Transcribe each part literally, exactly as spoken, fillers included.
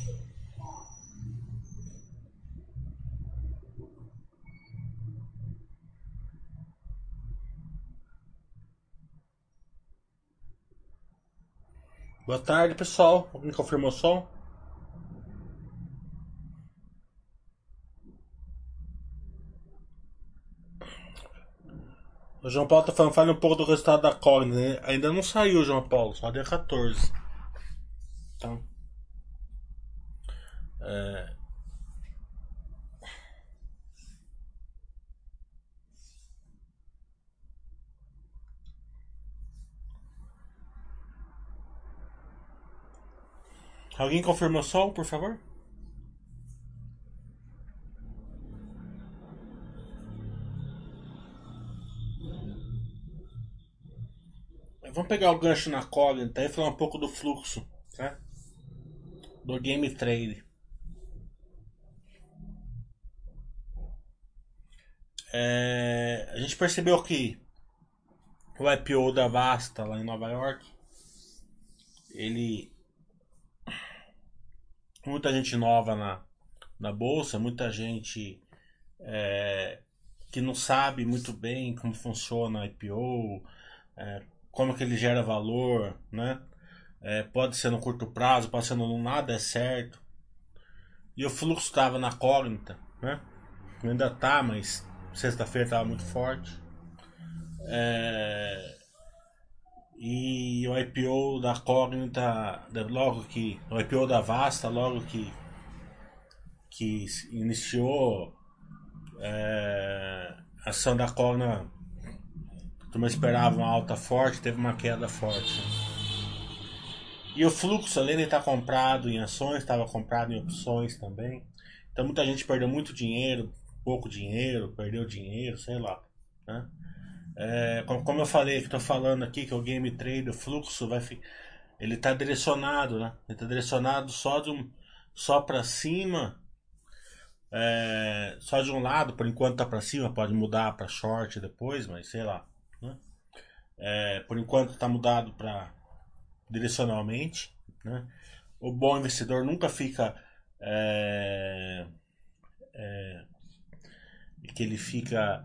Boa tarde, pessoal. Alguém confirmou o som? O João Paulo tá falando, fale um pouco do resultado da Cogna, né? Ainda não saiu, João Paulo, só dia quatorze. Então, é... Alguém confirmou o som, por favor? Vamos pegar o gancho na Cognita e falar um pouco do fluxo, né? Do Game Trade. É... A gente percebeu que o I P O da Vasta lá em Nova York, ele... Muita gente nova na, na bolsa, muita gente é, que não sabe muito bem como funciona a I P O, é, como que ele gera valor, né? É, pode ser no curto prazo, pode ser no nada é certo. E o fluxo estava na Cognita, né? Ainda tá, mas sexta-feira estava muito forte. É, e o I P O da Cognita, logo que o I P O da Vasta, logo que que iniciou, é, a ação da Cognita, a turma esperava uma alta forte, teve uma queda forte. E o fluxo, além de estar comprado em ações, estava comprado em opções também. Então muita gente perdeu muito dinheiro, pouco dinheiro, perdeu dinheiro, sei lá. Né? É, como eu falei, que estou falando aqui, que o game trade, o fluxo, vai, ele está direcionado, né? Ele está direcionado só, de um, só para cima, é, só de um lado, por enquanto está para cima, pode mudar para short depois, mas sei lá. Né? É, por enquanto está mudado para direcionalmente. Né? O bom investidor nunca fica é, é, que ele fica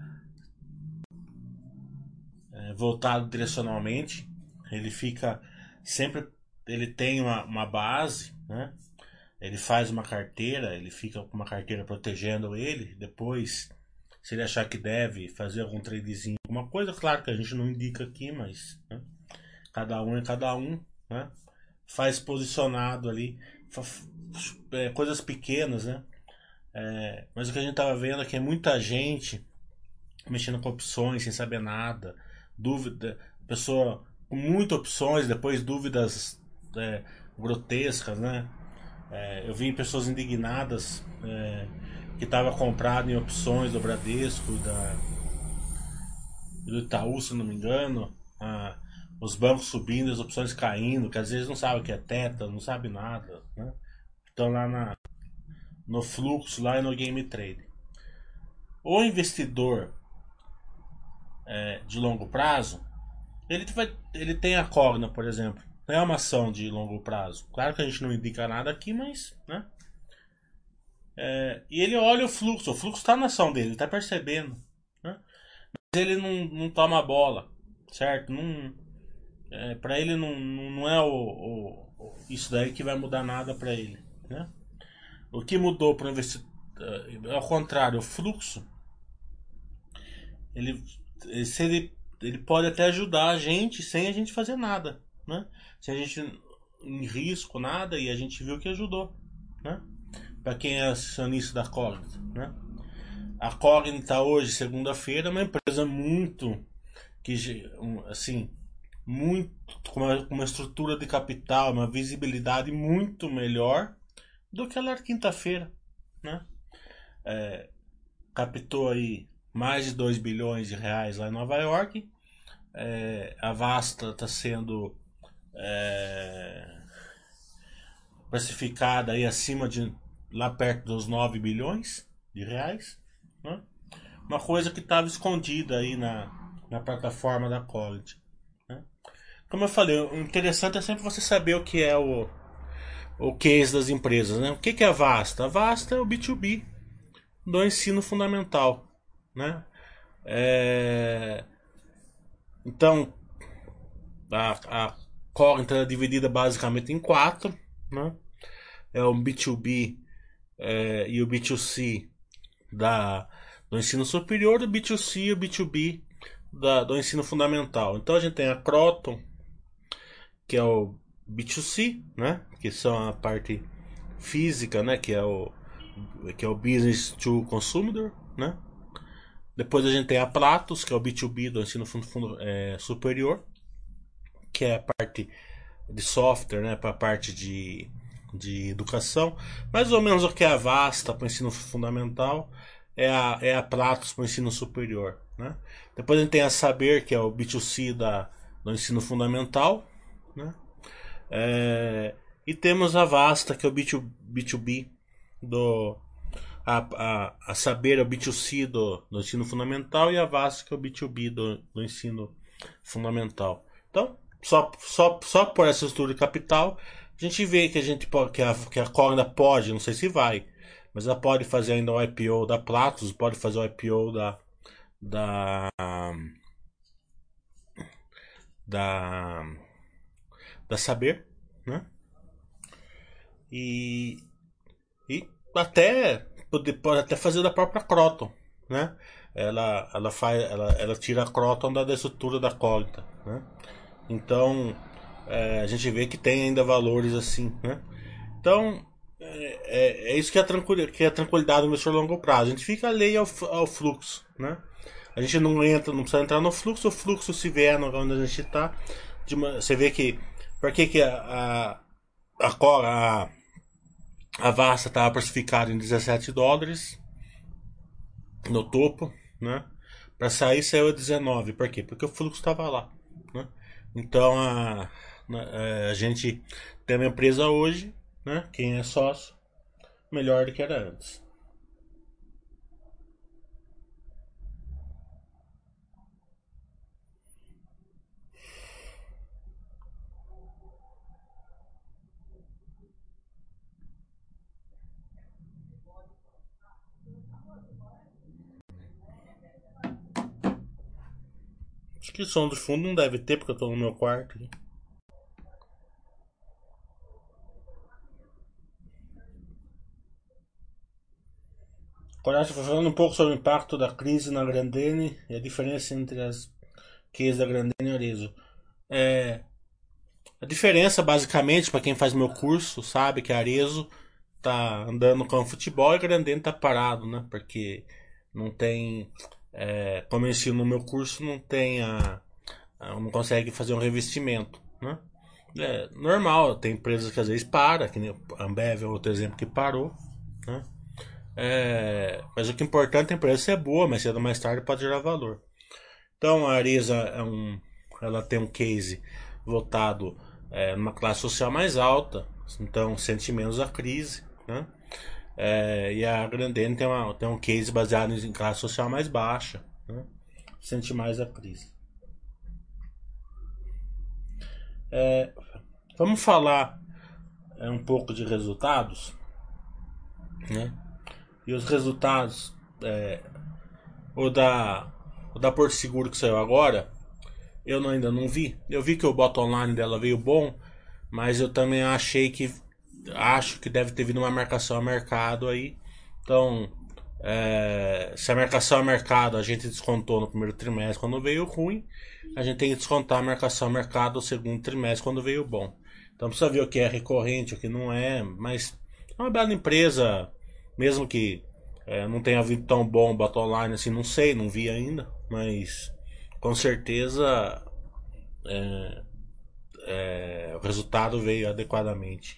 é, voltado direcionalmente. Ele fica sempre, ele tem uma, uma base, né? Ele faz uma carteira, ele fica com uma carteira protegendo ele. Depois, se ele achar que deve fazer algum tradezinho, alguma coisa, claro que a gente não indica aqui, mas né? Cada um é cada um, né? Faz posicionado ali, é, coisas pequenas, né? É, mas o que a gente tava vendo é que é muita gente mexendo com opções sem saber nada, dúvida, pessoa com muitas opções, depois dúvidas é, grotescas, né? É, eu vi pessoas indignadas é, que estava comprado em opções do Bradesco e da, do Itaú, se não me engano, a, os bancos subindo, as opções caindo, que às vezes não sabe o que é teta, não sabe nada, né? Estão lá na, no fluxo, lá no game trade. O investidor é, de longo prazo, ele, vai, ele tem a Cogna, por exemplo, não é uma ação de longo prazo. Claro que a gente não indica nada aqui, mas, né? É, e ele olha o fluxo, o fluxo está na ação dele, ele está percebendo, né? Mas ele não, não toma bola, certo? Não, é, para ele não, não é o, o, o, isso daí que vai mudar nada para ele, né? O que mudou para o investidor, ao contrário, o fluxo, ele, se ele, ele pode até ajudar a gente sem a gente fazer nada, né? Se a gente em risco nada e a gente viu que ajudou, né? Para quem é acionista da Cognita, né? A Cognita hoje, segunda-feira, é uma empresa muito que assim, muito com uma, uma estrutura de capital, uma visibilidade muito melhor do que ela era quinta-feira, né? É, captou aí mais de dois bilhões de reais lá em Nova York. É, a Vasta está sendo é, precificada aí acima de lá perto dos nove bilhões de reais, né? Uma coisa que estava escondida aí na, na plataforma da Cognita, né? Como eu falei, o interessante é sempre você saber o que é o o case das empresas, né? O que, que é a Vasta? A Vasta é o B dois B do ensino fundamental, né? É, então, a, a Cogniton é dividida basicamente em quatro, né? É o B dois B é, e o B dois C da, do ensino superior, o B dois C e o B dois B da, do ensino fundamental. Então a gente tem a Croton, que é o B dois C, né? Que são a parte física, né? Que é o que é o Business to Consumer, né? Depois a gente tem a Platos, que é o B dois B do ensino fundo, fundo, é, superior, que é a parte de software, né? Para a parte de, de educação. Mais ou menos o que é a Vasta para o ensino fundamental é a, é a Platos para o ensino superior, né? Depois a gente tem a Saber, que é o B dois C da, do ensino fundamental, né? É, e temos a Vasta, que é o B dois B do. A, a, a Saber é o B dois C do, do ensino fundamental e a Vasta, que é o B dois B do, do ensino fundamental. Então, só, só, só por essa estrutura de capital, a gente vê que a gente pode, que a, que a Cogna pode, não sei se vai, mas ela pode fazer ainda o I P O da Platos, pode fazer o I P O da. da. da, da Saber, né? E, e até pode, pode até fazer da própria Croton, né? Ela, ela, faz, ela, ela tira a Croton da estrutura da Cogniton, né? Então é, a gente vê que tem ainda valores assim, né? Então é, é, é isso que é, tranquil, que é a tranquilidade do investidor a longo prazo. A gente fica alheio ao, ao fluxo, né? A gente não entra, não precisa entrar no fluxo, o fluxo se vier onde a gente está. Você vê que. Por que, que a, a, a, a Vasta estava precificada em dezessete dólares no topo, né? Para sair saiu a dezenove. Por quê? Porque o fluxo estava lá, né? Então a, a gente tem uma empresa hoje, né? Quem é sócio, melhor do que era antes. Acho que som de fundo não deve ter, porque eu estou no meu quarto. Agora, falando um pouco sobre o impacto da crise na Grandene e a diferença entre as cases da Grandene e Arezzo. É, a diferença, basicamente, para quem faz meu curso, sabe que a Arezzo tá andando com o futebol e a Grandene tá parado, né? Porque não tem. É, como eu ensino no meu curso, não tem a. a não consegue fazer um revestimento, né? É normal, tem empresas que às vezes para, que nem a Ambev é outro exemplo que parou, né? É, mas o que é importante é a empresa ser boa, mas cedo ou mais tarde pode gerar valor. Então a Arisa é um, ela tem um case voltado é, numa classe social mais alta, então sente menos a crise, né? É, e a Grandene tem, uma, tem um case baseado em classe social mais baixa, né? Sente mais a crise. É, vamos falar é, um pouco de resultados, né? E os resultados, é, o da o da Porto Seguro que saiu agora, eu não, ainda não vi. Eu vi que o bottom line dela veio bom, mas eu também achei que acho que deve ter vindo uma marcação a mercado aí. Então, é, se a marcação a mercado a gente descontou no primeiro trimestre quando veio ruim, a gente tem que descontar a marcação a mercado no segundo trimestre quando veio bom. Então precisa ver o que é recorrente, o que não é, mas é uma bela empresa, mesmo que é, não tenha vindo tão bom o bottom line assim, não sei, não vi ainda, mas com certeza é, é, o resultado veio adequadamente.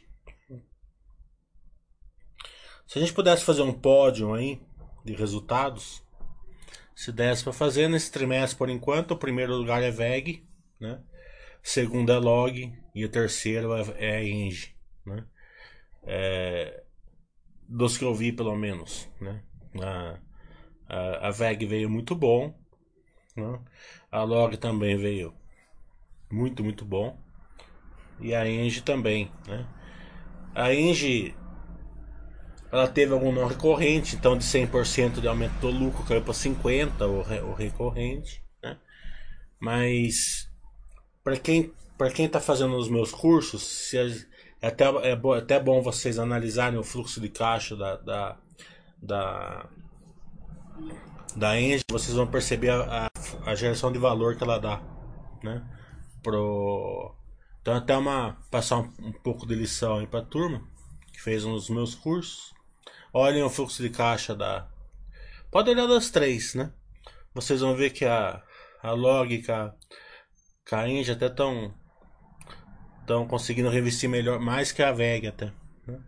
Se a gente pudesse fazer um pódio aí de resultados, se desse para fazer nesse trimestre por enquanto, o primeiro lugar é V E G, né? O segundo é Log e o terceiro é, é Engie, né? É, dos que eu vi pelo menos, né? A, a, a V E G veio muito bom, né? A Log também veio muito, muito bom. E a Engie também, né? A Engie, ela teve algum não recorrente, então de cem por cento de aumento do lucro caiu para cinquenta por cento o, o recorrente, né? Mas para quem para quem está fazendo os meus cursos, se é até, é, bo, é até bom vocês analisarem o fluxo de caixa da, da, da, da Engie, vocês vão perceber a, a, a geração de valor que ela dá, né? Pro... Então até uma passar um, um pouco de lição aí para a turma que fez um dos meus cursos. Olhem o fluxo de caixa da. Pode olhar das três, né? Vocês vão ver que a, a Log e a, a Engie até estão estão conseguindo revestir melhor, mais que a V E G até, né?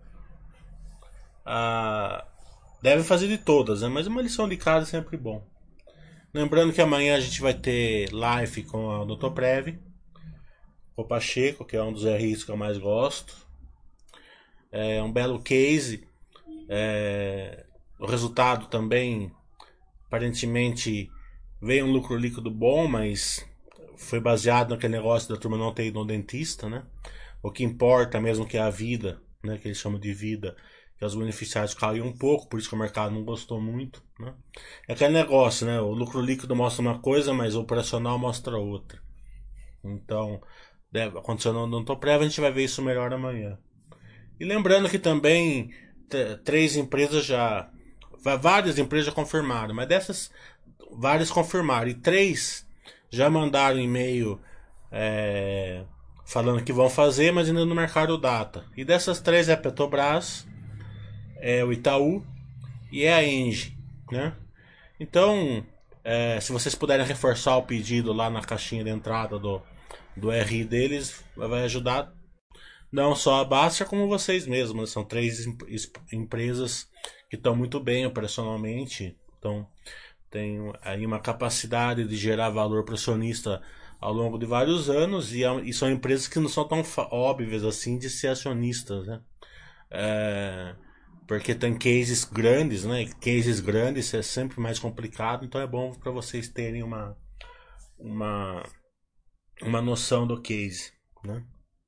A, deve fazer de todas, né? Mas uma lição de casa é sempre bom. Lembrando que amanhã a gente vai ter live com o doutor Prev, o Pacheco, que é um dos R Is que eu mais gosto. É um belo case. É, o resultado também, aparentemente, veio um lucro líquido bom, mas foi baseado naquele negócio da turma não ter ido no dentista, né? O que importa mesmo que é a vida, né? Que eles chamam de vida, que os beneficiários caíram um pouco, por isso que o mercado não gostou muito, né? É aquele negócio, né? O lucro líquido mostra uma coisa, mas o operacional mostra outra. Então, deve, acontecendo no Toprev, a gente vai ver isso melhor amanhã. E lembrando que também três empresas já, várias empresas já confirmaram, mas dessas várias confirmaram e três já mandaram e-mail é, falando que vão fazer, mas ainda não marcaram data. E dessas três é a Petrobras, é o Itaú e é a Engie, né? Então, é, se vocês puderem reforçar o pedido lá na caixinha de entrada do, do R I deles, vai ajudar não só a Bastia, como vocês mesmos. São três empresas que estão muito bem operacionalmente, então tem aí uma capacidade de gerar valor para o acionista ao longo de vários anos, e, e são empresas que não são tão óbvias assim de ser acionistas, né? É, porque tem cases grandes, né? Cases grandes é sempre mais complicado, então é bom para vocês terem uma, uma, uma noção do case, né?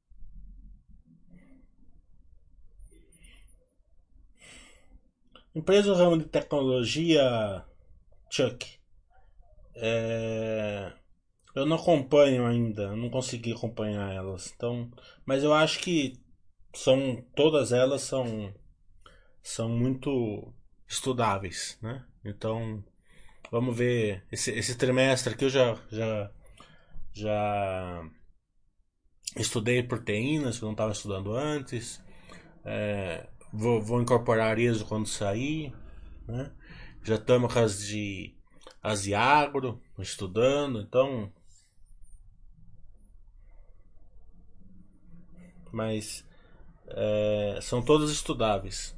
Empresa do ramo de tecnologia, Chuck. É, eu não acompanho ainda, não consegui acompanhar elas. Então, mas eu acho que são todas elas são são muito estudáveis, né? Então, vamos ver esse, esse trimestre aqui eu já já já estudei proteínas que eu não estava estudando antes. É, vou, vou incorporar isso quando sair, né? Já estamos com as de as de agro estudando, então, mas é, são todas estudáveis.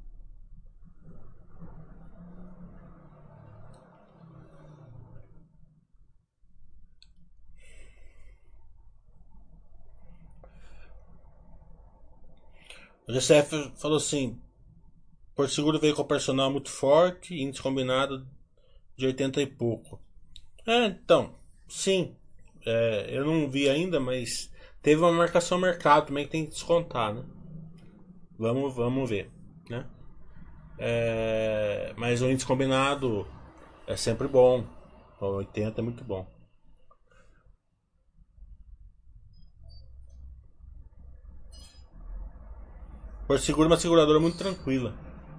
O G C F falou assim: Porto Seguro veio com operacional muito forte, índice combinado de oitenta e pouco. É, então, sim. É, eu não vi ainda, mas teve uma marcação mercado também que tem que descontar, né? Vamos, vamos ver, né? É, mas o índice combinado é sempre bom. O oitenta é muito bom. Porto Seguro é uma seguradora muito tranquila.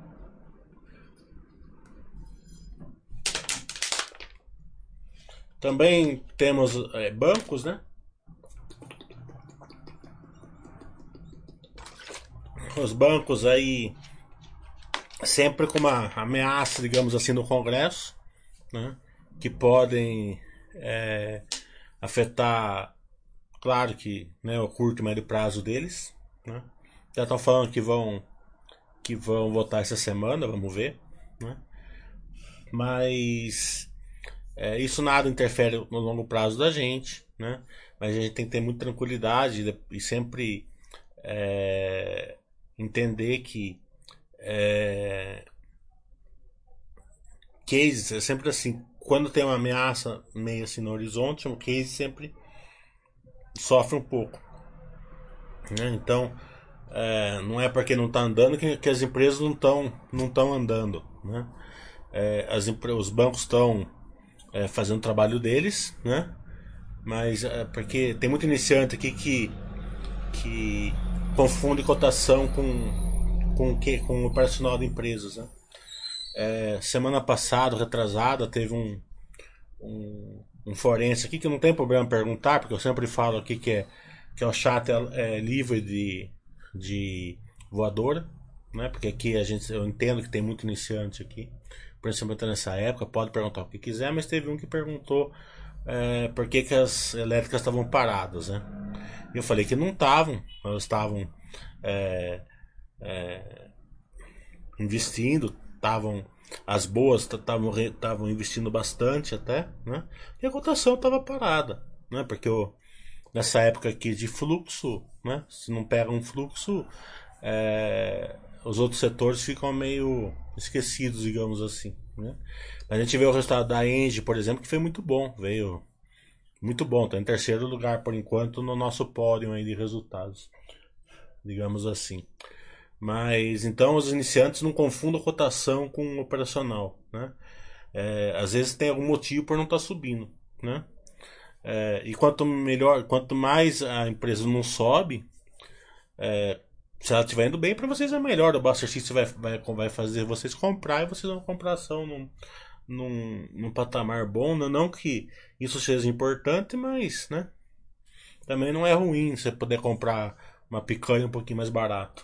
Também temos é, bancos, né? Os bancos aí sempre com uma ameaça, digamos assim, no Congresso, né? Que podem é, afetar, claro que, né, o curto e médio prazo deles, né? Já estão falando que vão que vão votar essa semana, vamos ver, né? Mas é, isso nada interfere no longo prazo da gente, né? Mas a gente tem que ter muita tranquilidade e sempre é, entender que é, cases é sempre assim, quando tem uma ameaça meio assim no horizonte, o case sempre sofre um pouco, né? Então É, não é porque não está andando que, que as empresas não estão não estão andando, né? É, as, os bancos estão é, fazendo o trabalho deles, né? Mas é, porque tem muito iniciante aqui que, que confunde cotação com, com, que, com o personal de empresas, né? É, semana passada, retrasada, teve um, um, um forense aqui que não tem problema perguntar, porque eu sempre falo aqui que é, que é o chat é, é livre de, de voadora, né? Porque aqui a gente, eu entendo que tem muito iniciante aqui, principalmente nessa época, pode perguntar o que quiser, mas teve um que perguntou é, por que, que as elétricas estavam paradas, né? E eu falei que não estavam, elas estavam é, é, investindo, estavam as boas estavam estavam investindo bastante até, né? E a cotação estava parada, né? Porque o, nessa época aqui de fluxo, né? Se não pega um fluxo, é, os outros setores ficam meio esquecidos, digamos assim, né? A gente vê o resultado da Engie, por exemplo, que foi muito bom, veio muito bom, está em terceiro lugar por enquanto no nosso pódio aí de resultados, digamos assim. Mas então os iniciantes não confundam cotação com operacional, né? É, às vezes tem algum motivo por não estar tá subindo, né? É, e quanto melhor, quanto mais a empresa não sobe, é, se ela estiver indo bem para vocês é melhor. O Buster System vai, vai, vai fazer vocês comprar e vocês vão comprar ação num, num, num patamar bom. Não, não que isso seja importante, mas, né? Também não é ruim você poder comprar uma picanha um pouquinho mais barato.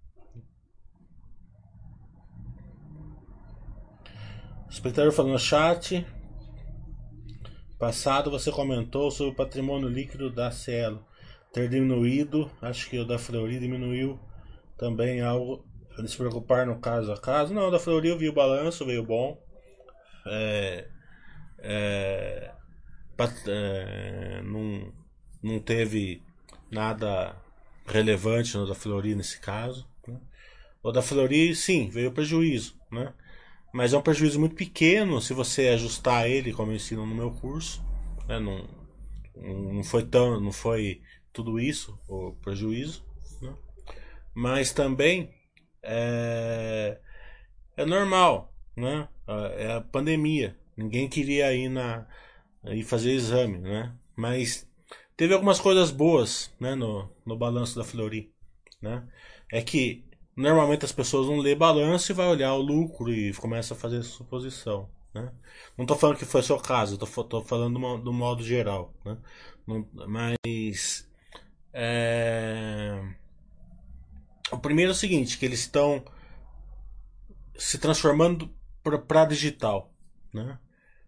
Espectador falando no chat. Passado você comentou sobre o patrimônio líquido da Cielo ter diminuído. Acho que o da Fleury diminuiu também algo a se preocupar no caso a caso. Não, o da Fleury eu vi o balanço, veio bom. É, é, é, não, não teve nada relevante no da Fleury nesse caso, né? O da Fleury, sim, veio prejuízo, né? Mas é um prejuízo muito pequeno se você ajustar ele, como eu ensino no meu curso, né? Não, não foi tão, não foi tudo isso o prejuízo, né? Mas também é, é normal, né? É a pandemia, ninguém queria ir na ir fazer exame, né? Mas teve algumas coisas boas, né, no, no balanço da Fleury, né? É que normalmente as pessoas não lê balanço e vai olhar o lucro e começa a fazer suposição, né? Não estou falando que foi o seu caso, estou falando do, do modo geral, né? Não, mas é, o primeiro é o seguinte, que eles estão se transformando para digital, né?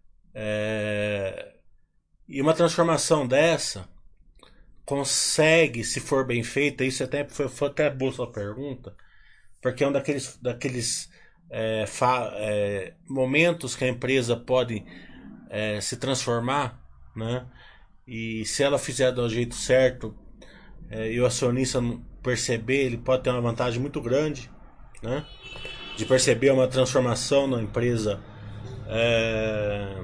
É, e uma transformação dessa consegue, se for bem feita, isso até foi, foi até boa sua pergunta, porque é um daqueles, daqueles é, fa, é, momentos que a empresa pode é, se transformar, né? E se ela fizer do jeito certo é, e o acionista perceber, ele pode ter uma vantagem muito grande, né? De perceber uma transformação na empresa é,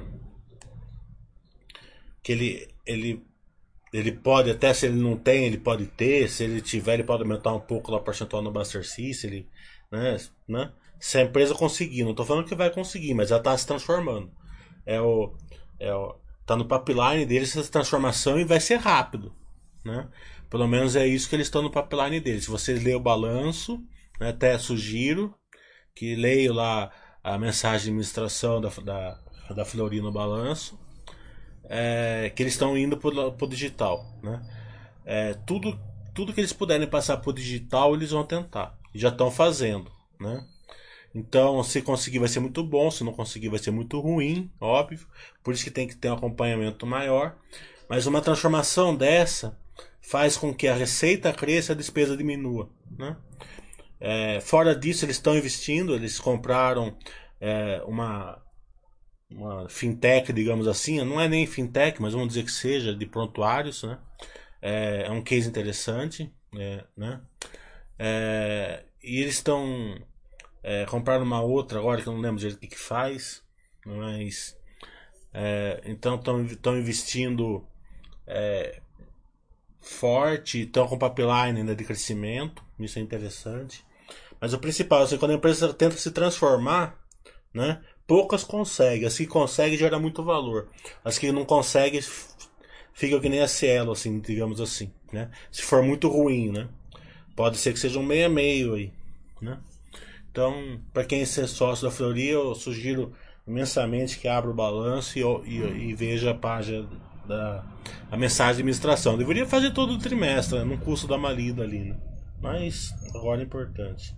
que ele, ele ele pode, até se ele não tem, ele pode ter. Se ele tiver, ele pode aumentar um pouco lá o percentual no Buster System. Ele, né, né? Se a empresa conseguir, não estou falando que vai conseguir, mas ela está se transformando. É o, é o, tá no pipeline deles essa transformação e vai ser rápido, né? Pelo menos é isso que eles estão no pipeline deles. Se vocês lerem o balanço, né, até sugiro que leiam lá a mensagem de administração da, da, da Fleury no balanço. É, que eles estão indo para o digital, né? É, tudo, tudo que eles puderem passar para o digital eles vão tentar, já estão fazendo, né? Então, se conseguir vai ser muito bom, se não conseguir vai ser muito ruim, óbvio. Por isso que tem que ter um acompanhamento maior. Mas uma transformação dessa faz com que a receita cresça e a despesa diminua, né? É, fora disso, eles estão investindo, eles compraram é, uma uma fintech, digamos assim, não é nem fintech, mas vamos dizer que seja, de prontuários, né? É, é um case interessante, é, né? É, e eles estão é, compraram uma outra agora que eu não lembro direito o que, que faz, mas é, então estão investindo é, forte, estão com pipeline ainda de crescimento, isso é interessante. Mas o principal, assim, quando a empresa tenta se transformar, né, poucas conseguem. As que conseguem geram muito valor. As que não conseguem ficam que nem a Cielo, assim, digamos assim, né? Se for muito ruim, né? Pode ser que seja um meio a meio aí, né? Então, para quem é sócio da Fleury, eu sugiro imensamente que abra o balanço e, e, e veja a página da a mensagem de administração. Eu deveria fazer todo o trimestre, né? Não custa dar uma lida ali, né? Mas agora é importante.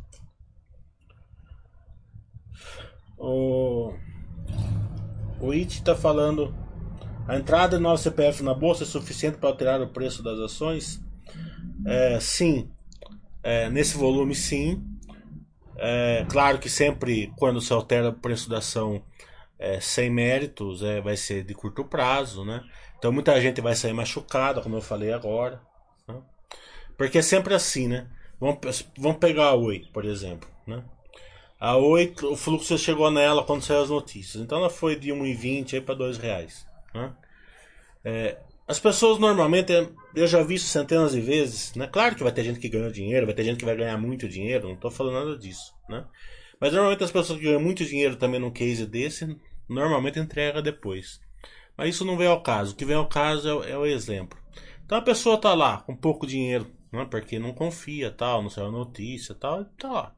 O, o I T está falando: a entrada de novo C P F na bolsa é suficiente para alterar o preço das ações? É, sim, é, nesse volume sim. É, claro que sempre quando se altera o preço da ação é, sem méritos, é, vai ser de curto prazo, né? Então muita gente vai sair machucada, como eu falei agora, né? Porque é sempre assim, né? Vamos, vamos pegar a Oi, por exemplo, né? A Oi, o fluxo chegou nela quando saiu as notícias, então ela foi de um e vinte para dois reais, né? É, as pessoas normalmente, eu já vi isso centenas de vezes, né? Claro que vai ter gente que ganha dinheiro, vai ter gente que vai ganhar muito dinheiro, não estou falando nada disso, né? Mas normalmente as pessoas que ganham muito dinheiro também num case desse, normalmente entrega depois. Mas isso não vem ao caso, o que vem ao caso é o, é o exemplo. Então a pessoa está lá com pouco dinheiro, né? Porque não confia, tal, não saiu notícia, tal, tá lá.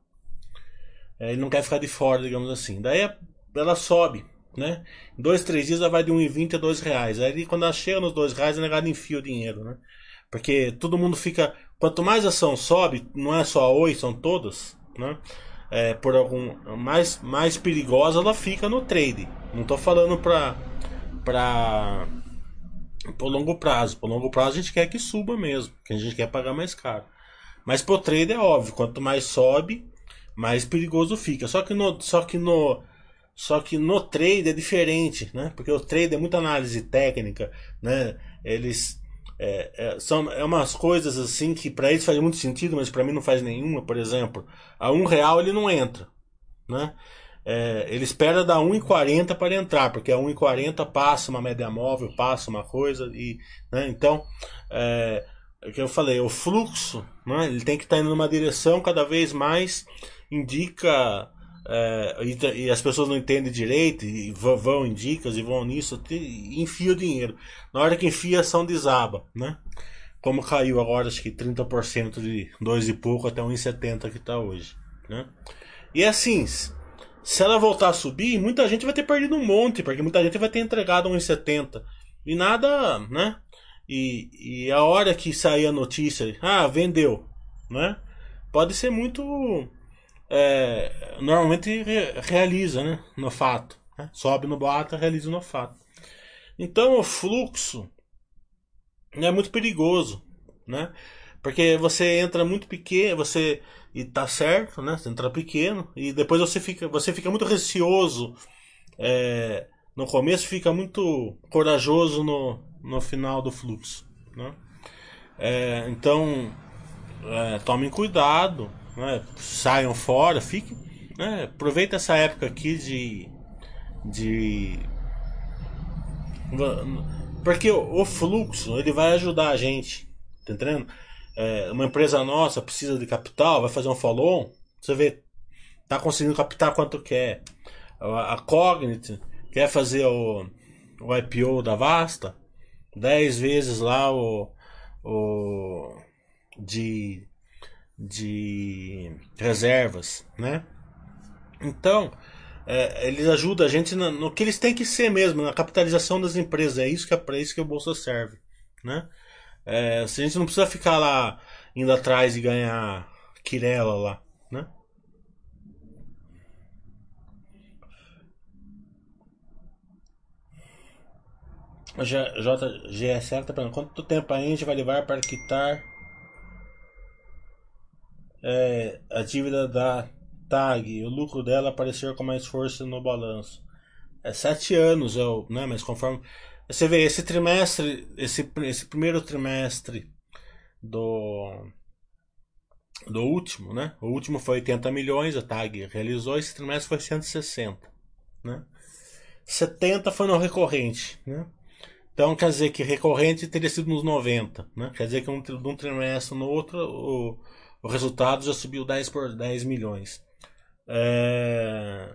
É, ele não quer ficar de fora, digamos assim. Daí ela sobe, né? Em dois, três dias ela vai de um e vinte a dois reais. Aí quando ela chega nos dois reais, a negada enfia o dinheiro, né? Porque todo mundo fica. Quanto mais a ação sobe, não é só a Oi, são todas, né? É, por algum. Mais, mais perigosa ela fica no trade. Não tô falando pra. pra. Pro longo prazo. Pro longo prazo a gente quer que suba mesmo. Que a gente quer pagar mais caro. Mas pro trade é óbvio, quanto mais sobe, mais perigoso fica. Só que no. Só que no Só que no trade é diferente, né? Porque o trade é muita análise técnica, né? Eles é, é, são é umas coisas assim que para eles faz muito sentido, mas para mim não faz nenhuma. Por exemplo, a um real ele não entra, né? É, ele espera dar um e quarenta para entrar, porque a um e quarenta passa uma média móvel, passa uma coisa e, né? Então, é, é o que eu falei, o fluxo, né? Ele tem que estar indo numa direção cada vez mais indica. É, e, e as pessoas não entendem direito e vão, vão em dicas e vão nisso e enfia o dinheiro. Na hora que enfia, a ação desaba, né? Como caiu agora, acho que trinta por cento de dois e pouco até um e setenta que está hoje, né? E assim, se ela voltar a subir, muita gente vai ter perdido um monte, porque muita gente vai ter entregado um e setenta e nada, né? E, e a hora que sair a notícia, ah, vendeu, né? Pode ser muito. É, normalmente re, realiza, né, no fato, né? Sobe no boato, realiza no fato. Então o fluxo é muito perigoso, né? Porque você entra muito pequeno, você e tá certo, né? Você entra pequeno e depois você fica, você fica muito receoso. É, no começo fica muito corajoso no, no final do fluxo, né? É, então é, tomem cuidado. Né? Saiam fora, fiquem, né? Aproveita essa época aqui de, de porque o, o fluxo ele vai ajudar a gente, tá entendendo? É, uma empresa nossa precisa de capital, vai fazer um follow-on, você vê, tá conseguindo captar quanto quer. A, a Cognite quer fazer o, o I P O da Vasta, dez vezes lá o, o de de reservas, né? Então, é, eles ajudam a gente no, no que eles têm que ser mesmo, na capitalização das empresas. É isso que é para isso que o bolsa serve, né? É, se a gente não precisa ficar lá indo atrás e ganhar quirela lá, né? A J G S L está perguntando quanto tempo a Engie vai levar para quitar é, a dívida da T A G, o lucro dela aparecer com mais força no balanço. É sete anos, eu, né? Mas conforme você vê esse trimestre, esse, esse primeiro trimestre do do último, né? O último foi oitenta milhões, a T A G realizou, esse trimestre foi cento e sessenta, né? setenta foi no recorrente, né? Então quer dizer que recorrente teria sido nos noventa, né? Quer dizer que um, de um trimestre no outro o, o resultado já subiu dez por dez milhões. É...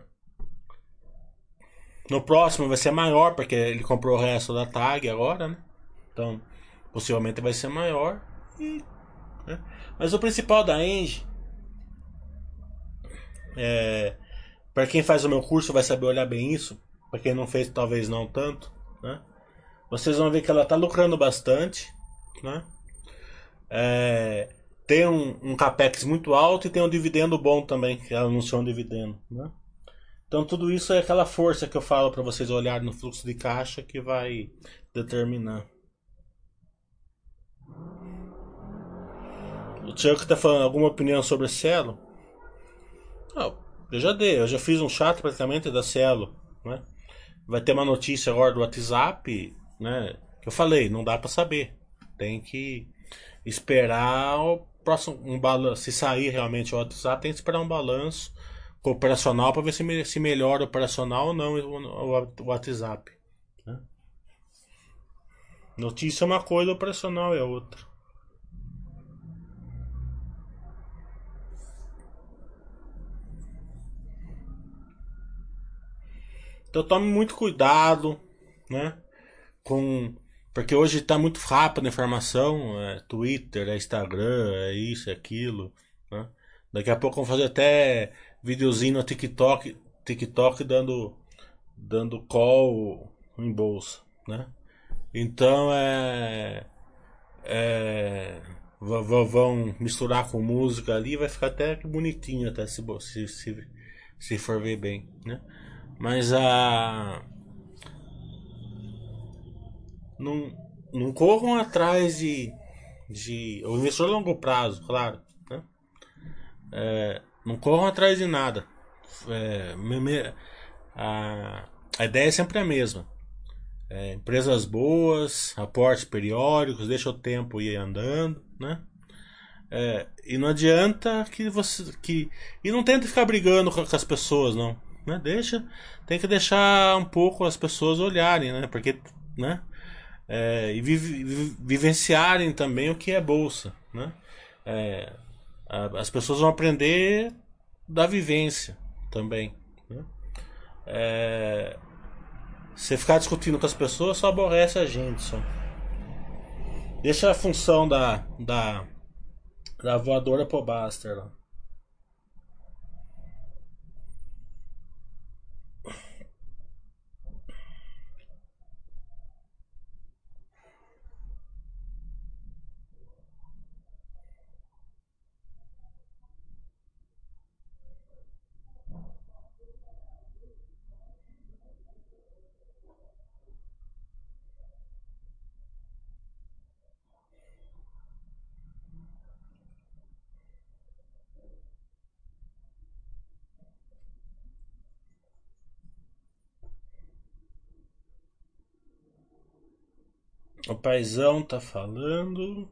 No próximo vai ser maior, porque ele comprou o resto da tag agora, né? Então possivelmente vai ser maior. E, né? Mas o principal da Engie, é, para quem faz o meu curso vai saber olhar bem isso. Para quem não fez, talvez não tanto, né? Vocês vão ver que ela está lucrando bastante, né? É, tem um, um capex muito alto e tem um dividendo bom também, que ela anunciou um dividendo, né? Então tudo isso é aquela força que eu falo para vocês olharem no fluxo de caixa que vai determinar. O Tiago está falando alguma opinião sobre a Cielo? Não, eu já dei, eu já fiz um chat praticamente da Cielo, né? Vai ter uma notícia agora do WhatsApp, né? Que eu falei, não dá para saber. Tem que esperar o próximo um balanço. Se sair realmente o WhatsApp, tem que esperar um balanço operacional para ver se, me, se melhora o operacional ou não o, o, o WhatsApp. Né? Notícia é uma coisa, operacional é outra. Então tome muito cuidado, né? Com porque hoje está muito rápido a informação, é Twitter, é Instagram, é isso, é aquilo, né? Daqui a pouco vão fazer até videozinho no TikTok, TikTok dando dando call em bolsa, né? Então é, é vão misturar com música ali, vai ficar até bonitinho até se se, se, se for ver bem, né? Mas a não, não corram atrás de, de. O investidor a longo prazo, claro. Né? É, não corram atrás de nada. É, me, me, a, a ideia é sempre a mesma. É, empresas boas, aportes periódicos, deixa o tempo ir andando, né? É, e não adianta que você. Que, e não tenta ficar brigando com, com as pessoas, não. Né? Deixa, tem que deixar um pouco as pessoas olharem, né? Porque, né? É, e vi, vivenciarem também o que é bolsa, né? É, a, as pessoas vão aprender da vivência também, né? É, você ficar discutindo com as pessoas só aborrece a gente só. Deixa a função da da, da voadora pro Buster lá. O paizão tá falando.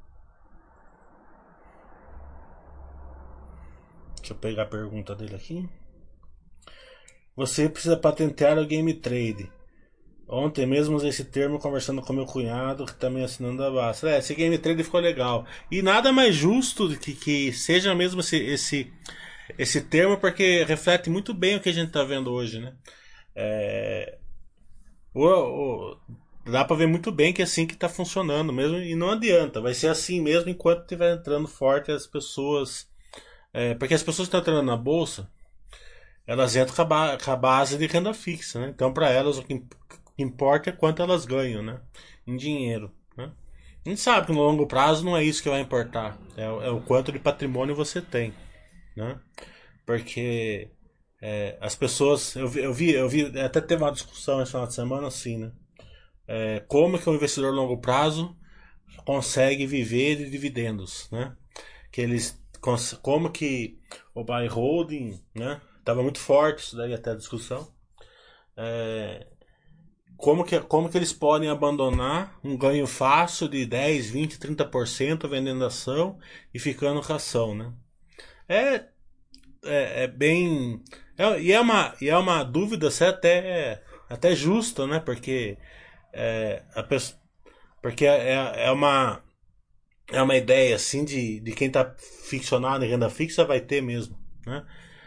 Deixa eu pegar a pergunta dele aqui. Você precisa patentear o game trade. Ontem mesmo usei esse termo conversando com meu cunhado, que também assinando a Basta. É, esse game trade ficou legal. E nada mais justo que, que seja mesmo esse, esse, esse termo, porque reflete muito bem o que a gente está vendo hoje, né? É, o, o, dá para ver muito bem que é assim que está funcionando mesmo, e não adianta. Vai ser assim mesmo enquanto estiver entrando forte as pessoas. É, porque as pessoas que estão entrando na bolsa, elas entram com a, ba- com a base de renda fixa, né? Então, para elas, o que importa é quanto elas ganham, né? Em dinheiro, né? A gente sabe que no longo prazo não é isso que vai importar. É, o- é o quanto de patrimônio você tem, né? Porque é, as pessoas... Eu vi, eu vi, eu vi... Até teve uma discussão esse final de semana assim, né? É, como que um investidor a longo prazo consegue viver de dividendos, né? Que eles... cons- Como que o buy holding, né? Tava muito forte isso daí até a discussão. É, como que, como que eles podem abandonar um ganho fácil de dez, vinte, trinta por cento vendendo ação e ficando com a ação, né? É, é, é bem... É, e, é uma, e é uma dúvida assim, até, até justa, né? Porque É, a pessoa, porque é, é é uma, é uma ideia assim de, de quem está ficcionado em renda fixa vai ter mesmo, né?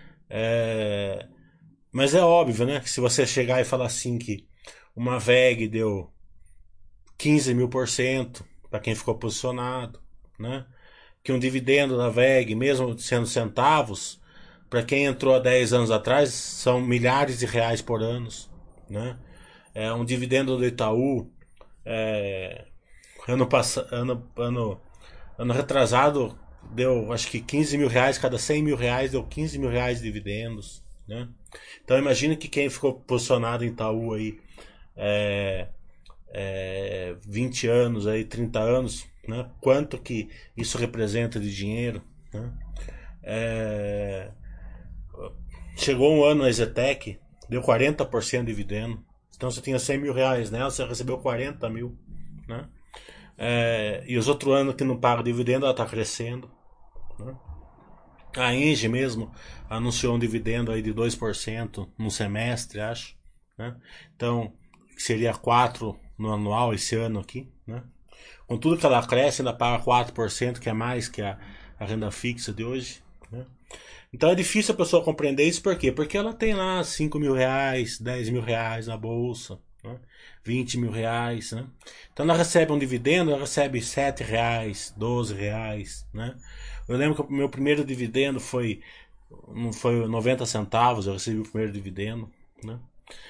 É, mas é óbvio, né? Que se você chegar e falar assim que uma V E G deu quinze mil por cento para quem ficou posicionado, né? Que um dividendo da V E G, mesmo sendo centavos, para quem entrou há dez anos atrás, são milhares de reais por ano, né? É um dividendo do Itaú, é, ano passado, ano, ano, ano retrasado, deu acho que quinze mil reais, cada cem mil reais deu quinze mil reais de dividendos, né? Então imagina que quem ficou posicionado em Itaú aí é, é, vinte anos, aí, trinta anos, né? Quanto que isso representa de dinheiro, né? É, chegou um ano na Zetec, deu quarenta por cento de dividendo. Então você tinha cem mil reais nela, você recebeu quarenta mil, né? É, e os outros anos que não pagam dividendo, ela está crescendo, né? A Engie mesmo anunciou um dividendo aí de dois por cento no semestre, acho, né? Então, seria quatro por cento no anual esse ano aqui, né? Com tudo que ela cresce, ainda paga quatro por cento, que é mais que a, a renda fixa de hoje, né? Então é difícil a pessoa compreender isso, por quê? Porque ela tem lá cinco mil reais, dez mil reais na bolsa, né? vinte mil reais, né? Então ela recebe um dividendo, ela recebe sete reais, doze reais, né? Eu lembro que o meu primeiro dividendo foi, não foi noventa centavos, eu recebi o primeiro dividendo, né?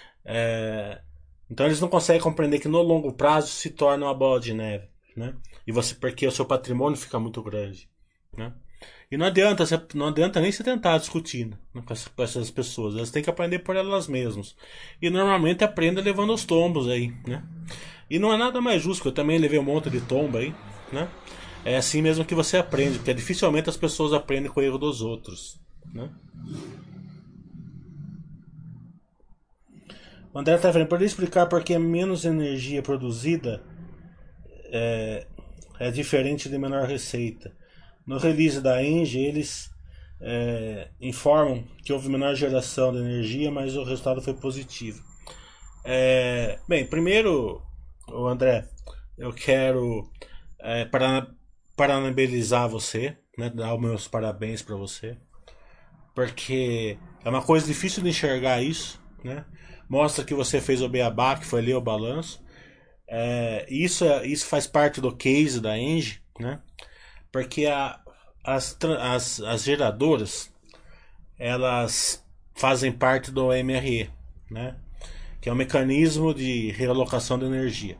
É, então eles não conseguem compreender que no longo prazo se torna uma bola de neve, né? E você, porque o seu patrimônio fica muito grande, né? E não adianta, não adianta nem se tentar discutir, né, com essas pessoas. Elas têm que aprender por elas mesmas. E normalmente aprendem levando os tombos aí, né? E não é nada mais justo, eu também levei um monte de tombo aí, né? É assim mesmo que você aprende, porque dificilmente as pessoas aprendem com o erro dos outros, né? O André está falando, poderia explicar por que menos energia produzida é, é diferente de menor receita. No release da Engie, eles é, informam que houve menor geração de energia, mas o resultado foi positivo. É, bem, primeiro, o André, eu quero é, para, parabenizar você, né, dar os meus parabéns para você, porque é uma coisa difícil de enxergar isso, né? Mostra que você fez o beabá, que foi ler o balanço. É, isso, isso faz parte do case da Engie, né? Porque a, as, as, as geradoras elas fazem parte do M R E, né? Que é o mecanismo de realocação de energia.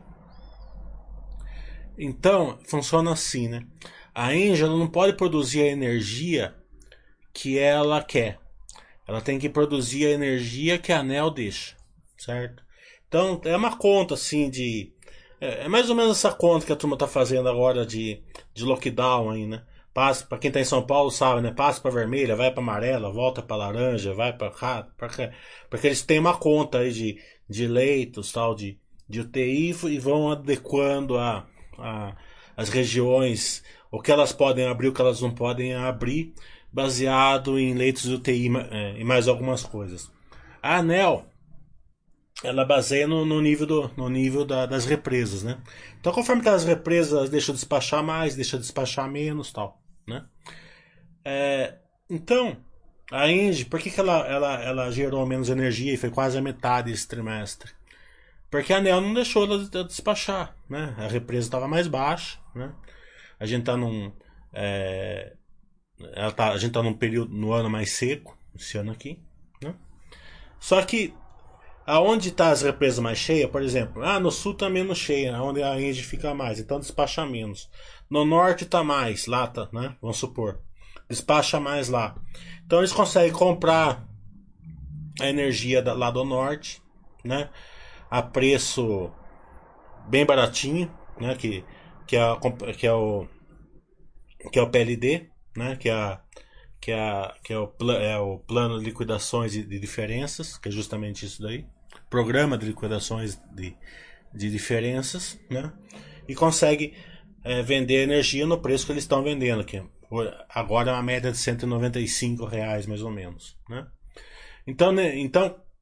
Então, funciona assim, né? A Engie não pode produzir a energia que ela quer. Ela tem que produzir a energia que a ANEEL deixa, certo? Então, é uma conta assim de... É mais ou menos essa conta que a turma está fazendo agora de, de lockdown aí, né? Passa, para quem está em São Paulo sabe, né? Passa para vermelha, vai para amarela, volta para laranja, vai para cá, porque eles têm uma conta aí de, de leitos, tal, de, de U T I e vão adequando a, a, as regiões, o que elas podem abrir, o que elas não podem abrir, baseado em leitos de U T I é, e mais algumas coisas. A ANEEL ela baseia no, no nível, do, no nível da, das represas, né? Então, conforme aquelas represas deixam de despachar mais, deixam de despachar menos, tal, né? É, então, a Engie, por que, que ela, ela, ela gerou menos energia e foi quase a metade esse trimestre? Porque a ANEEL não deixou ela de despachar, né? A represa estava mais baixa, né? A gente está num, é, ela tá, a gente está num período no ano mais seco, esse ano aqui, né? Só que aonde está as represas mais cheias, por exemplo, ah, no sul está menos cheia, onde a Engie fica mais, então despacha menos. No norte está mais, lá tá, né? Vamos supor, despacha mais lá. Então eles conseguem comprar a energia lá do norte, né? A preço bem baratinho, né? Que que é, que é o que é o P L D, né? Que é a, que é, que é, o, é o plano de liquidações de, de diferenças, que é justamente isso daí. Programa de liquidações de, de diferenças, né? E consegue é, vender energia no preço que eles estão vendendo, que agora é uma média de cento e noventa e cinco reais mais ou menos, né? Então, né, então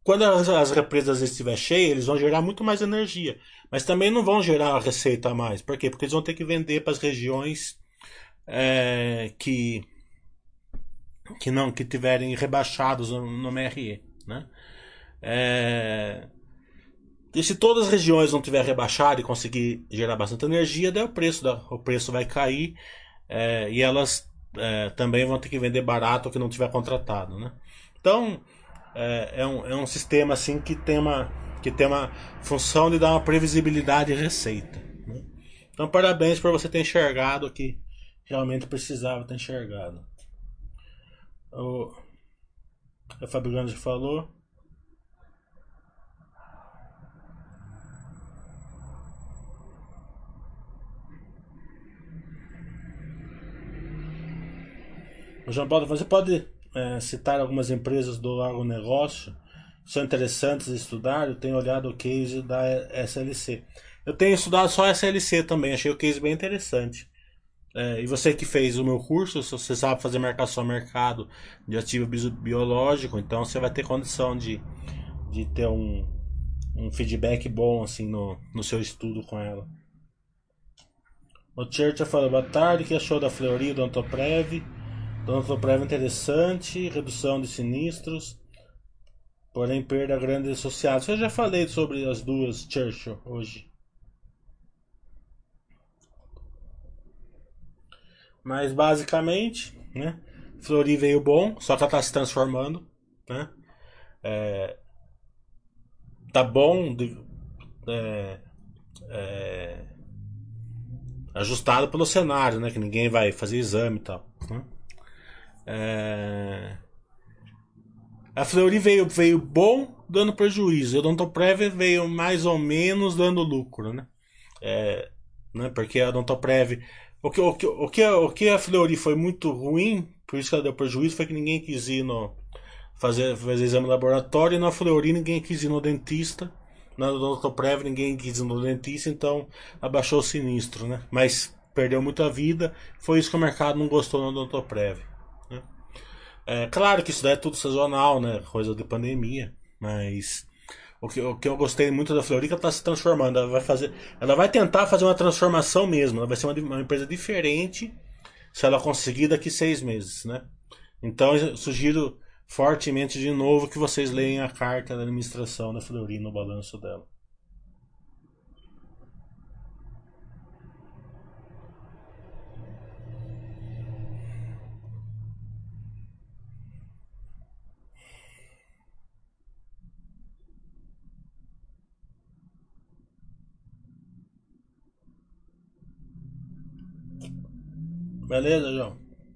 quando as, as represas estiver cheias, eles vão gerar muito mais energia. Mas também não vão gerar receita a mais. Por quê? Porque eles vão ter que vender para as regiões é, que, que não que tiverem rebaixados no, no M R E. Né? É, e se todas as regiões não tiver rebaixado e conseguir gerar bastante energia, daí o preço, da, o preço vai cair é, e elas é, também vão ter que vender barato o que não tiver contratado. Né? Então, é, é, um, é um sistema assim que tem uma, que tem uma função de dar uma previsibilidade de receita. Né? Então, parabéns por você ter enxergado o que realmente precisava ter enxergado. O, a Fabiana já falou. O João Paulo, você pode é, citar algumas empresas do agronegócio que são interessantes de estudar? Eu tenho olhado o case da S L C. Eu tenho estudado só a S L C também, achei o case bem interessante. É, e você que fez o meu curso, você sabe fazer marcação ao mercado de ativo biológico, então você vai ter condição de, de ter um, um feedback bom assim no, no seu estudo com ela. O Churchill falou, boa tarde, o que achou da Fleury e do Antoprev? Odontoprev interessante, redução de sinistros, porém perda grande associada. Eu já falei sobre as duas Churchill hoje. Mas basicamente, né? Fleury veio bom, só que ela está se transformando, né? É, tá bom, de, é, é, ajustado pelo cenário, né? Que ninguém vai fazer exame e tal. Né? É... A Fleury veio, veio bom, dando prejuízo. E o Odontoprev veio mais ou menos dando lucro, né? É, né? Porque a Odontoprev... O que, o, que, o, que, o que a Fleury foi muito ruim, por isso que ela deu prejuízo, foi que ninguém quis ir no, fazer, fazer exame laboratório. E na Fleury ninguém quis ir no dentista. Na Odontoprev ninguém quis ir no dentista, então abaixou o sinistro, né? Mas perdeu muita vida. Foi isso que o mercado não gostou no Odontoprev. É claro que isso daí é tudo sazonal, né? Coisa de pandemia. Mas o que, o que eu gostei muito da Fleury é que ela está se transformando. Ela vai fazer, ela vai tentar fazer uma transformação mesmo. Ela vai ser uma, uma empresa diferente se ela conseguir daqui seis meses, né? Então eu sugiro fortemente de novo que vocês leiam a carta da administração da Fleury no balanço dela. Beleza, João?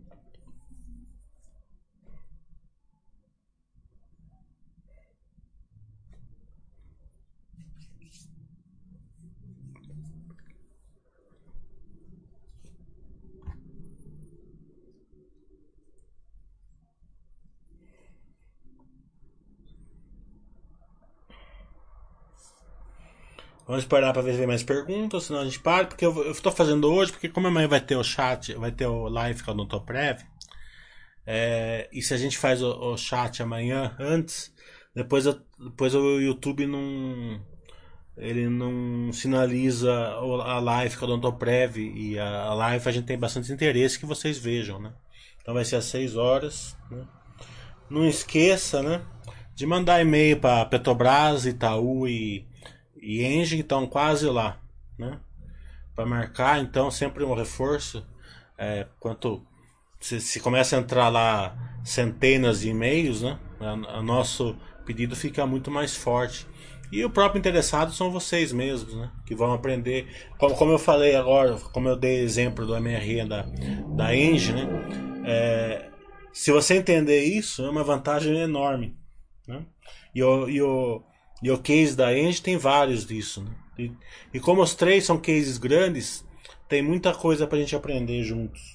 Vamos esperar para ver se vem mais perguntas, senão a gente para, porque eu estou fazendo hoje, porque como amanhã vai ter o chat, vai ter o live que eu não tô prévio, é, e se a gente faz o, o chat amanhã antes, depois, eu, depois o YouTube não, ele não sinaliza a live que eu não tô prévio, e a, a live a gente tem bastante interesse que vocês vejam, né? Então vai ser às seis horas, né? Não esqueça, né, de mandar e-mail para Petrobras, Itaú e e Engie estão quase lá, né? Para marcar, então sempre um reforço. É, quanto se, se começa a entrar lá centenas de e-mails, né? O nosso pedido fica muito mais forte. E o próprio interessado são vocês mesmos, né? Que vão aprender. Como, como eu falei agora, como eu dei exemplo do M R E da, da Engie, né? É, se você entender isso, é uma vantagem enorme, né? E o, e o E o case da Engie tem vários disso. Né? E, e como os três são cases grandes, tem muita coisa pra gente aprender juntos.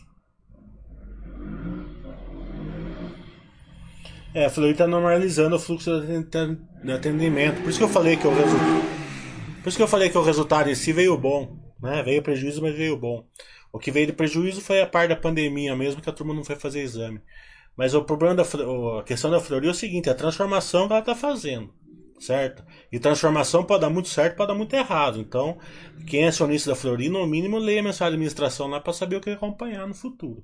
É, a Fleury está normalizando o fluxo de atendimento. Por isso que eu falei que o resultado, por isso que eu falei que o resultado em si veio bom, né? Veio prejuízo, mas veio bom. O que veio de prejuízo foi a parte da pandemia mesmo, que a turma não foi fazer exame. Mas o problema da a questão da Fleury é o seguinte, a transformação que ela está fazendo. certo? E transformação pode dar muito certo, pode dar muito errado. Então, quem é acionista da Fleury, no mínimo, leia a mensagem de administração lá para saber o que acompanhar no futuro.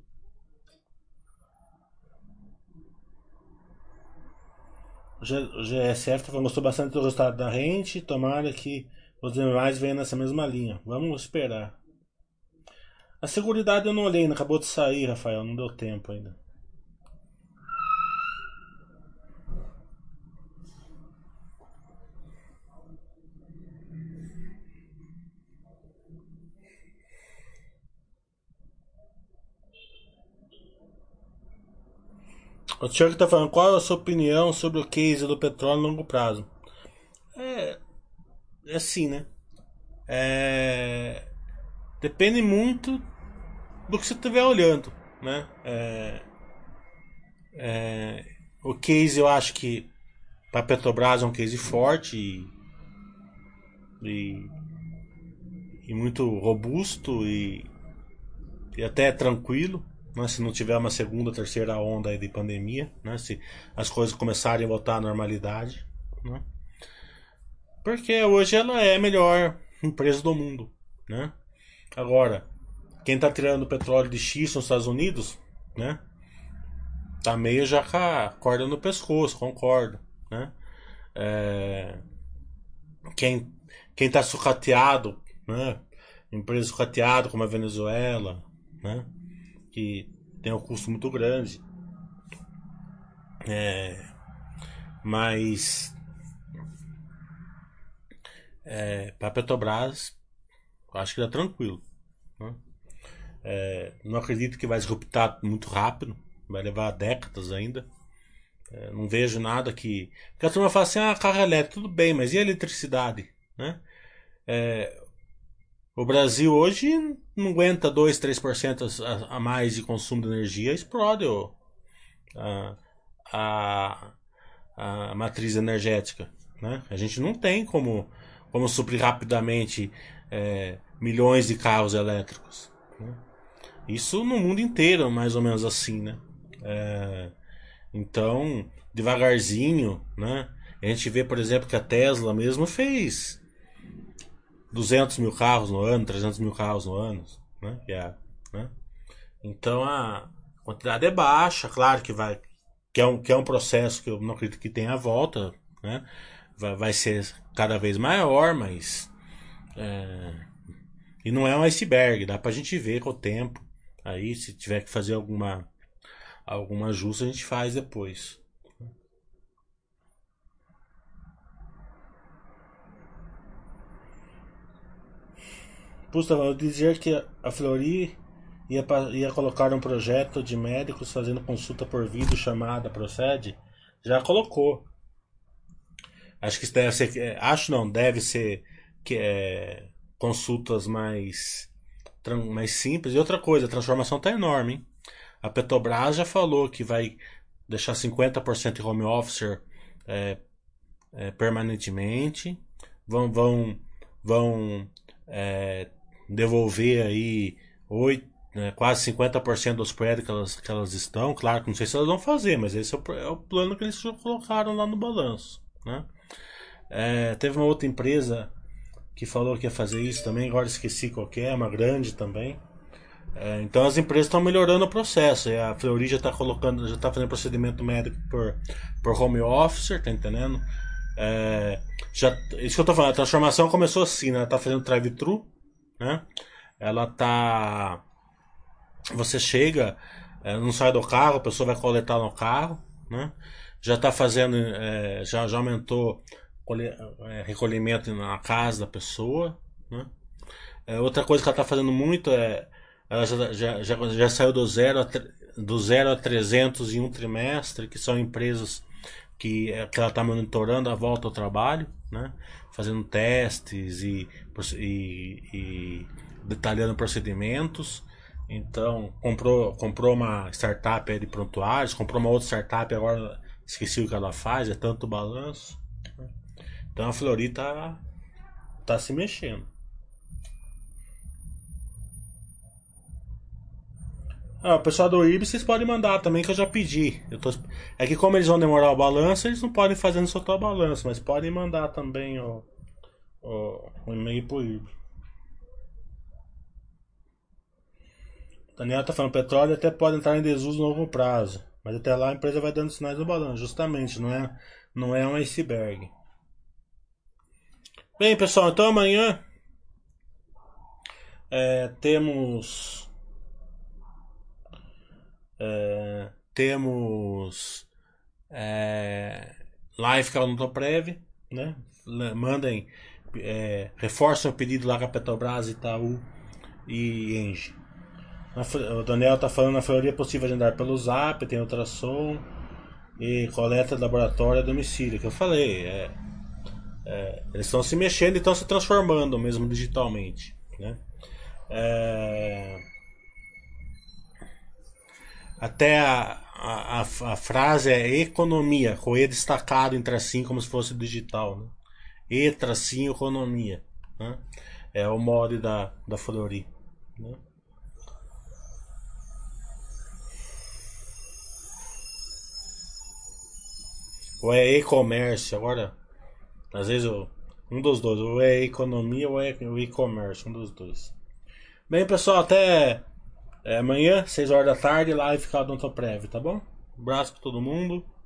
O G S F gostou bastante do resultado da rente, tomara que os demais venham nessa mesma linha. Vamos esperar. A Seguridade eu não olhei, ainda acabou de sair, Rafael, não deu tempo ainda. O Tiago está falando, qual é a sua opinião sobre o case do petróleo a longo prazo? É, é assim, né? É, depende muito do que você estiver olhando, né? É, é, o case eu acho que para a Petrobras é um case forte e, e, e muito robusto e, e até tranquilo, né? Se não tiver uma segunda, terceira onda aí de pandemia, né? Se as coisas começarem a voltar à normalidade, né? Porque hoje ela é a melhor empresa do mundo, né? Agora, quem tá tirando petróleo de xisto nos Estados Unidos, né? Tá meio já com a corda no pescoço, concordo, né? É, quem, quem tá sucateado, né? Empresa sucateada como a Venezuela, né? Que tem um custo muito grande. É, mas é, para Petrobras, eu acho que tá tranquilo, né? É, não acredito que vai disruptar muito rápido, vai levar décadas ainda. É, não vejo nada que. Porque a turma fala assim: ah, carro elétrico, tudo bem, mas e a eletricidade? Né? É, o Brasil hoje não aguenta dois, três por cento a, a mais de consumo de energia, explode ó, a, a, a matriz energética. Né? A gente não tem como, como suprir rapidamente é, milhões de carros elétricos. Né? Isso no mundo inteiro, mais ou menos assim, né? É, então, devagarzinho, né? A gente vê, por exemplo, que a Tesla mesmo fez duzentos mil carros no ano, trezentos mil carros no ano, né? É, né? Então a quantidade é baixa, claro que vai, que é um, que é um processo que eu não acredito que tenha volta, né? Vai, vai ser cada vez maior, mas é, e não é um iceberg, dá pra gente ver com o tempo. Aí, se tiver que fazer alguma alguma ajuste, a gente faz depois. Gustavo, dizer que a Flori ia, ia colocar um projeto de médicos fazendo consulta por vídeo chamada, procede? Já colocou. Acho que isso deve ser. É, acho não, deve ser que é, consultas mais, mais simples. E outra coisa, a transformação tá enorme, hein? A Petrobras já falou que vai deixar cinquenta por cento em home office é, é, permanentemente. Vão, vão, vão é, devolver aí oito, né, quase cinquenta por cento dos prédios que elas, que elas estão. Claro que não sei se elas vão fazer, mas esse é o, é o plano que eles colocaram lá no balanço. Né? É, teve uma outra empresa que falou que ia fazer isso também, agora esqueci qual que é, uma grande também. É, então as empresas estão melhorando o processo. E a Fleury já está colocando, já está fazendo procedimento médico por, por home office, tá entendendo? É, já, isso que eu tô falando, a transformação começou assim, né? Ela tá fazendo drive-thru, né? Ela tá. Você chega, é, não sai do carro, a pessoa vai coletar no carro, né? Já tá fazendo, é, já, já aumentou é, recolhimento na casa da pessoa, né? É, outra coisa que ela tá fazendo muito é. Ela já, já, já, já saiu do zero, a, do zero a trezentos em um trimestre, que são empresas que, que ela está monitorando a volta ao trabalho, né? Fazendo testes e, e, e detalhando procedimentos. Então, comprou, comprou uma startup de prontuários, comprou uma outra startup, agora esqueci o que ela faz, é tanto balanço. Então a Fleury tá, tá se mexendo. Ah, o pessoal do I B vocês podem mandar também, que eu já pedi. Eu tô... É que como eles vão demorar o balanço, eles não podem fazer no soltar o balanço, mas podem mandar também o, o, o e-mail pro I B. Daniel tá falando, petróleo até pode entrar em desuso no longo prazo, mas até lá a empresa vai dando sinais no balanço, justamente, não é, não é um iceberg. Bem, pessoal, então amanhã é, temos é, temos é, live que é o Nutoprev, né? Mandem, é, reforçem o pedido lá com a Petrobras, Itaú e Engie. O Daniel tá falando na Fleury é possível agendar pelo Zap, tem ultrassom e coleta de laboratório a domicílio, que eu falei. É, é, eles estão se mexendo e estão se transformando mesmo digitalmente, né? É, até a, a, a, frase é economia, com E destacado entre assim como se fosse digital, né? E tracinho economia, né? É o mod da, da Fleury, né? Ou é e-commerce, agora às vezes eu, um dos dois, ou é economia ou é o e-commerce, um dos dois. Bem, pessoal, até é, amanhã, seis horas da tarde, live ficar do Odontoprev, tá bom? Um abraço pra todo mundo.